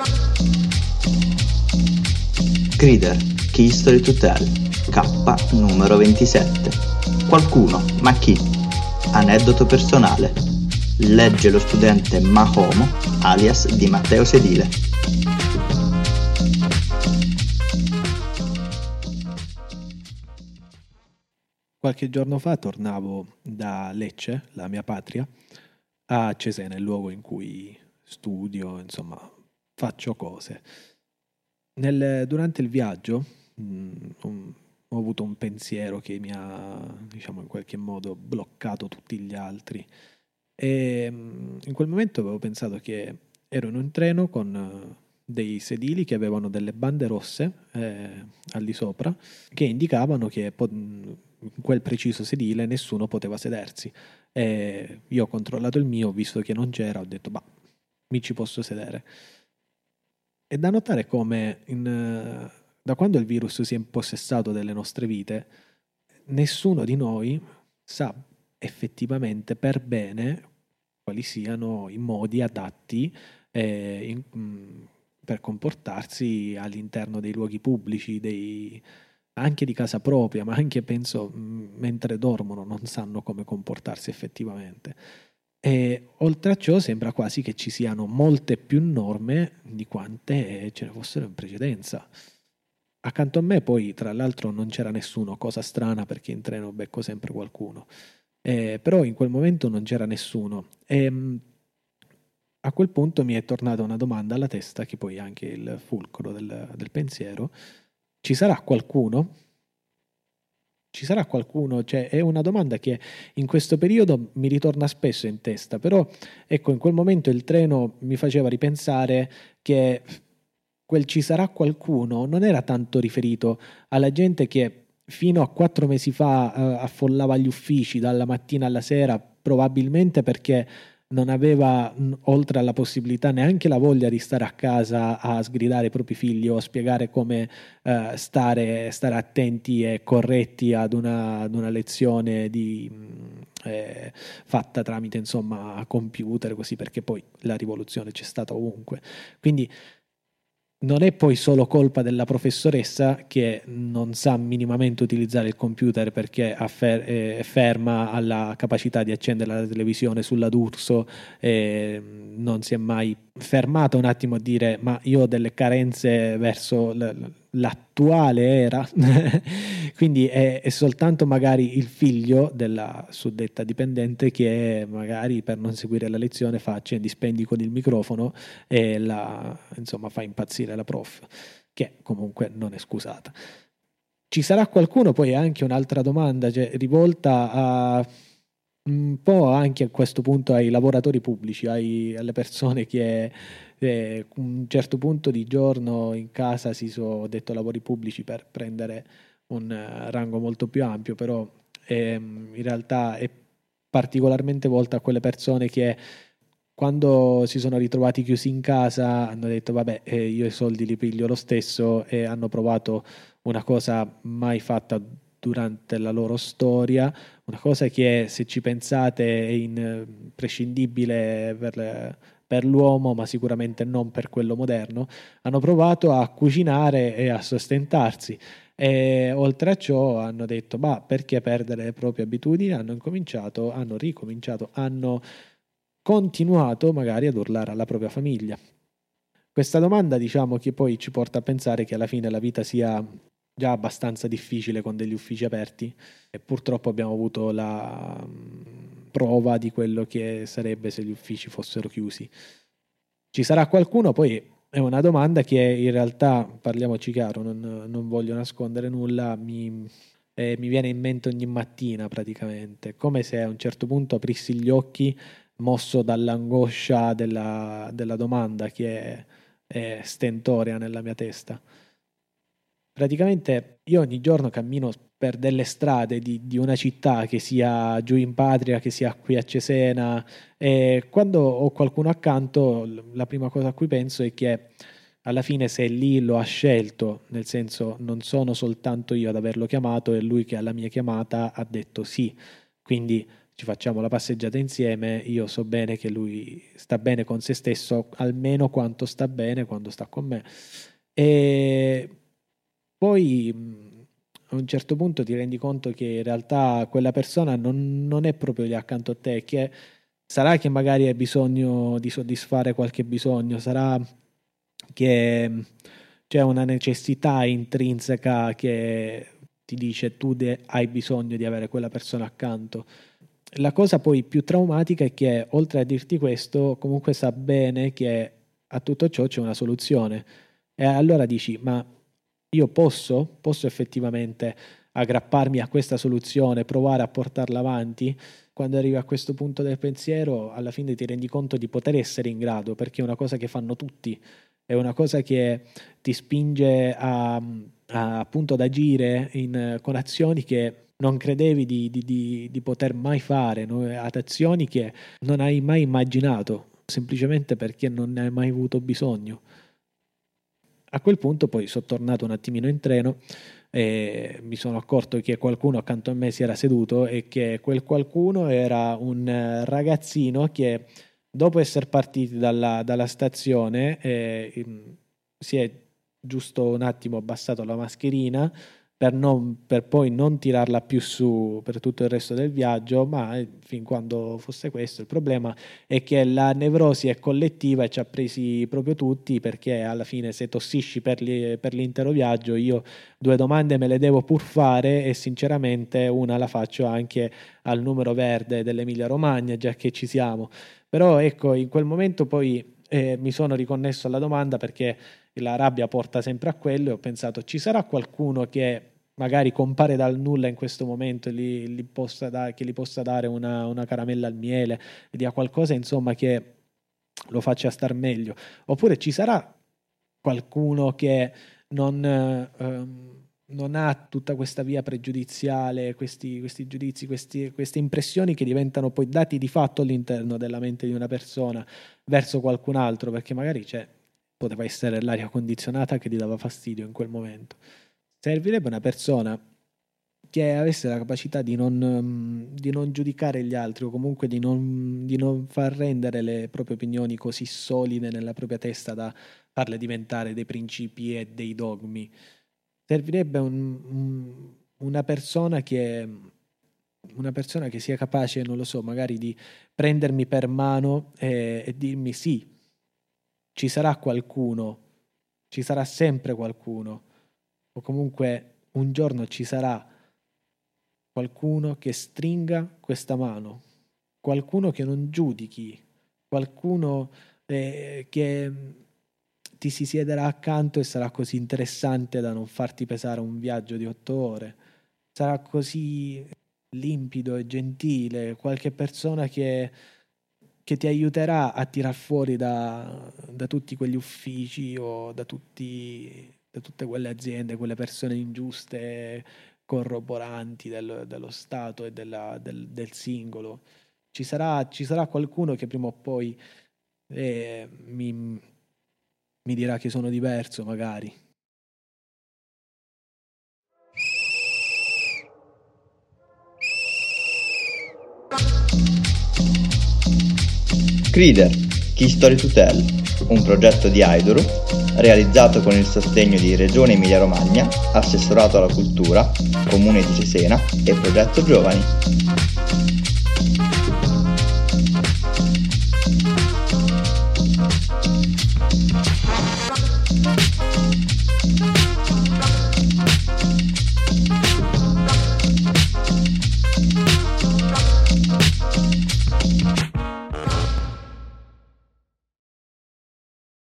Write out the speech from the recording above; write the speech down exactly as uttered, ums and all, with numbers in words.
Crider, Key History to Tell, K numero ventisette. Qualcuno, ma chi? Aneddoto personale. Legge lo studente Mahomo, alias Di Matteo Sedile. Qualche giorno fa tornavo da Lecce, la mia patria, a Cesena, il luogo in cui studio, insomma, faccio cose. Nel, durante il viaggio mh, un, ho avuto un pensiero che mi ha, diciamo, in qualche modo bloccato tutti gli altri. E mh, in quel momento avevo pensato che ero in un treno con eh, dei sedili che avevano delle bande rosse eh, al di sopra che indicavano che po- in quel preciso sedile nessuno poteva sedersi. E io ho controllato il mio, ho visto che non c'era, ho detto, bah, mi ci posso sedere. È da notare come in, eh, da quando il virus si è impossessato delle nostre vite, nessuno di noi sa effettivamente per bene quali siano i modi adatti eh, in- mh, per comportarsi all'interno dei luoghi pubblici, dei- anche di casa propria, ma anche penso mh, mentre dormono non sanno come comportarsi effettivamente. E oltre a ciò sembra quasi che ci siano molte più norme di quante ce ne fossero in precedenza. Accanto a me poi, tra l'altro, non c'era nessuno, cosa strana perché in treno becco sempre qualcuno. Eh, però in quel momento non c'era nessuno. E mh, a quel punto mi è tornata una domanda alla testa, che poi è anche il fulcro del, del pensiero. Ci sarà qualcuno? Ci sarà qualcuno? Cioè, è una domanda che in questo periodo mi ritorna spesso in testa, però ecco, in quel momento il treno mi faceva ripensare che quel ci sarà qualcuno non era tanto riferito alla gente che fino a quattro mesi fa eh, affollava gli uffici dalla mattina alla sera, probabilmente perché non aveva, mh, oltre alla possibilità, neanche la voglia di stare a casa a sgridare i propri figli o a spiegare come eh, stare, stare attenti e corretti ad una, ad una lezione di, mh, eh, fatta tramite insomma computer, così, perché poi la rivoluzione c'è stata ovunque. Quindi non è poi solo colpa della professoressa che non sa minimamente utilizzare il computer perché affer- è ferma alla capacità di accendere la televisione sulla D'Urso e non si è mai fermata un attimo a dire ma io ho delle carenze verso l- l'attuale era. Quindi è, è soltanto magari il figlio della suddetta dipendente che magari per non seguire la lezione fa accendi spendi con il microfono e la, insomma, fa impazzire la prof, che comunque non è scusata. Ci sarà qualcuno, poi anche un'altra domanda, cioè, rivolta a un po' anche a questo punto ai lavoratori pubblici, ai, alle persone che eh, un certo punto di giorno in casa si sono detto lavori pubblici per prendere un eh, rango molto più ampio, però ehm, in realtà è particolarmente volta a quelle persone che quando si sono ritrovati chiusi in casa hanno detto vabbè eh, io i soldi li piglio lo stesso e hanno provato una cosa mai fatta durante la loro storia, una cosa che se ci pensate è imprescindibile per, per l'uomo ma sicuramente non per quello moderno, hanno provato a cucinare e a sostentarsi e oltre a ciò hanno detto ma perché perdere le proprie abitudini, hanno incominciato, hanno ricominciato, hanno continuato magari ad urlare alla propria famiglia. Questa domanda, diciamo, che poi ci porta a pensare che alla fine la vita sia già abbastanza difficile con degli uffici aperti e purtroppo abbiamo avuto la mm, prova di quello che sarebbe se gli uffici fossero chiusi. Ci sarà qualcuno? Poi è una domanda che in realtà, parliamoci chiaro, non, non voglio nascondere nulla, mi, eh, mi viene in mente ogni mattina praticamente, come se a un certo punto aprissi gli occhi mosso dall'angoscia della, della domanda che è, è stentorea nella mia testa. Praticamente io ogni giorno cammino per delle strade di, di una città, che sia giù in patria, che sia qui a Cesena, e quando ho qualcuno accanto, l- la prima cosa a cui penso è che alla fine se lì lo ha scelto, nel senso non sono soltanto io ad averlo chiamato, è lui che alla mia chiamata ha detto sì. Quindi ci facciamo la passeggiata insieme, io so bene che lui sta bene con se stesso, almeno quanto sta bene quando sta con me. E poi a un certo punto ti rendi conto che in realtà quella persona non, non è proprio lì accanto a te, che sarà che magari hai bisogno di soddisfare qualche bisogno, sarà che c'è una necessità intrinseca che ti dice tu de- hai bisogno di avere quella persona accanto. La cosa poi più traumatica è che oltre a dirti questo comunque sa bene che a tutto ciò c'è una soluzione, e allora dici ma io posso, posso effettivamente aggrapparmi a questa soluzione, provare a portarla avanti. Quando arrivi a questo punto del pensiero alla fine ti rendi conto di poter essere in grado, perché è una cosa che fanno tutti, è una cosa che ti spinge a, a appunto ad agire in, con azioni che non credevi di, di, di, di poter mai fare, no? Ad azioni che non hai mai immaginato, semplicemente perché non ne hai mai avuto bisogno. A quel punto poi sono tornato un attimino in treno e mi sono accorto che qualcuno accanto a me si era seduto e che quel qualcuno era un ragazzino che dopo essere partiti dalla, dalla stazione eh, si è giusto un attimo abbassato la mascherina per, non, per poi non tirarla più su per tutto il resto del viaggio, ma eh, fin quando fosse questo. Il problema è che la nevrosi è collettiva e ci ha presi proprio tutti, perché alla fine se tossisci per, li, per l'intero viaggio io due domande me le devo pur fare, e sinceramente una la faccio anche al numero verde dell'Emilia Romagna, già che ci siamo. Però ecco, in quel momento poi eh, mi sono riconnesso alla domanda, perché la rabbia porta sempre a quello, e ho pensato ci sarà qualcuno che magari compare dal nulla in questo momento e li, li possa da, che gli possa dare una, una caramella al miele, dia qualcosa insomma che lo faccia star meglio, oppure ci sarà qualcuno che non, ehm, non ha tutta questa via pregiudiziale, questi, questi giudizi, questi, queste impressioni che diventano poi dati di fatto all'interno della mente di una persona verso qualcun altro, perché magari c'è, poteva essere l'aria condizionata che gli dava fastidio in quel momento. Servirebbe una persona che avesse la capacità di non, di non giudicare gli altri, o comunque di non, di non far rendere le proprie opinioni così solide nella propria testa da farle diventare dei principi e dei dogmi. Servirebbe un, un, una persona che una persona che sia capace, non lo so, magari di prendermi per mano e, e dirmi sì, ci sarà qualcuno, ci sarà sempre qualcuno, o comunque un giorno ci sarà qualcuno che stringa questa mano, qualcuno che non giudichi, qualcuno eh, che ti si siederà accanto e sarà così interessante da non farti pesare un viaggio di otto ore, sarà così limpido e gentile, qualche persona che, che ti aiuterà a tirar fuori da, da tutti quegli uffici o da tutti da tutte quelle aziende, quelle persone ingiuste, corroboranti del, dello Stato e della, del, del singolo. Ci sarà, ci sarà qualcuno che prima o poi eh, mi, mi dirà che sono diverso, magari. Crider, Key Story to Tell, un progetto di Aidoru realizzato con il sostegno di Regione Emilia Romagna, Assessorato alla Cultura, Comune di Cesena e Progetto Giovani.